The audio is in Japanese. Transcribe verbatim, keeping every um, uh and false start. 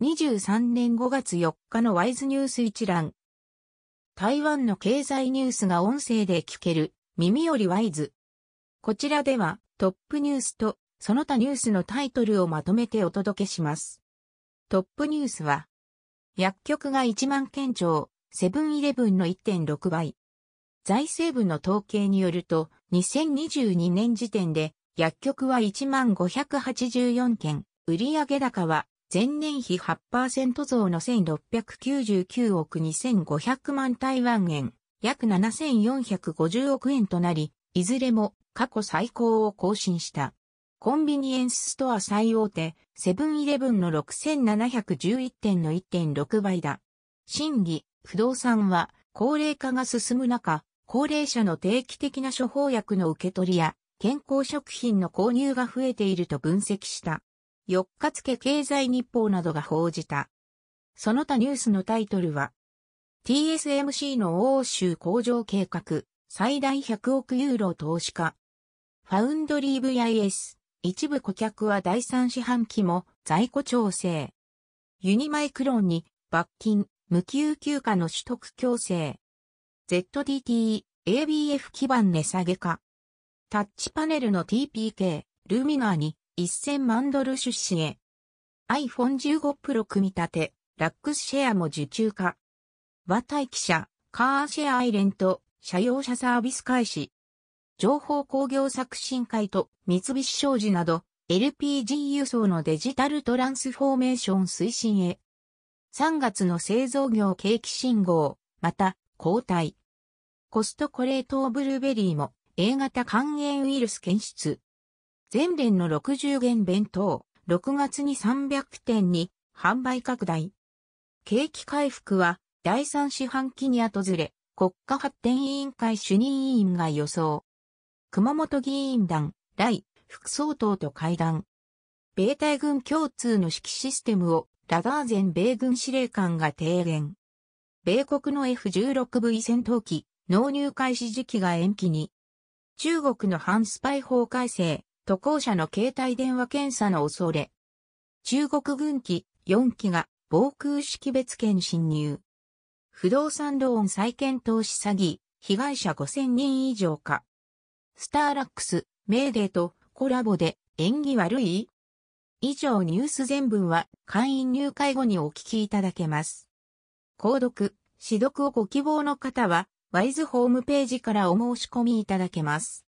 にじゅうさんねんごがつよっかのワイズニュース一覧。台湾の経済ニュースが音声で聞ける、耳よりワイズ。こちらではトップニュースとその他ニュースのタイトルをまとめてお届けします。トップニュースは、薬局がいちまんけん超、セブンイレブンの いってんろくばい。財政部の統計によると、にせんにじゅうにねん時点で薬局はいちまんごひゃくはちじゅうよんけん、売上高は前年比 はちパーセント 増のせんろっぴゃくきゅうじゅうきゅうおくにせんごひゃくまん台湾円、約ななせんよんひゃくごじゅうおくえんとなり、いずれも過去最高を更新した。コンビニエンスストア最大手、セブンイレブンのろくせんななひゃくじゅういってんの いってんろくばいだ。信義、不動産は、高齢化が進む中、高齢者の定期的な処方薬の受け取りや、健康食品の購入が増えていると分析した。よっか付経済日報などが報じた。その他ニュースのタイトルは、ティーエスエムシー の欧州工場計画、最大ひゃくおくユーロ投資家。ファウンドリー ブイアイエス、一部顧客はだいさん四半期も在庫調整。ユニマイクロンに罰金、無給休暇の取得強制。ゼットディーティー、エービーエフ 基盤値下げか。タッチパネルの ティーピーケー、ルミナーにせんまんドル出資へ。アイフォンじゅうご Pro 組み立て、ラックスシェアも受注か。和大記者、カーシェアアイレント、車用車サービス開始。情報工業促進会と三菱商事など エルピージー 輸送のデジタルトランスフォーメーション推進へ。さんがつの製造業景気信号、また後退。コストコ冷凍ブルーベリーも エー 型肝炎ウイルス検出。全連のろくじゅうげん弁当、ろくがつにさんびゃくてんに販売拡大。景気回復はだいさん四半期に後ずれ、国家発展委員会主任委員が予想。熊本議員団、頼、副総統と会談。米台軍共通の指揮システムをラダーゼン米軍司令官が提言。米国の エフじゅうろくブイ 戦闘機、納入開始時期が延期に。中国の反スパイ法改正。渡航者の携帯電話検査の恐れ。中国軍機よんきが防空識別圏侵入。不動産ローン再検討し詐欺、被害者ごせんにん以上か。スターラックス、メーデーとコラボで縁起悪い？以上ニュース全文は会員入会後にお聞きいただけます。購読、試読をご希望の方はワイズホームページからお申し込みいただけます。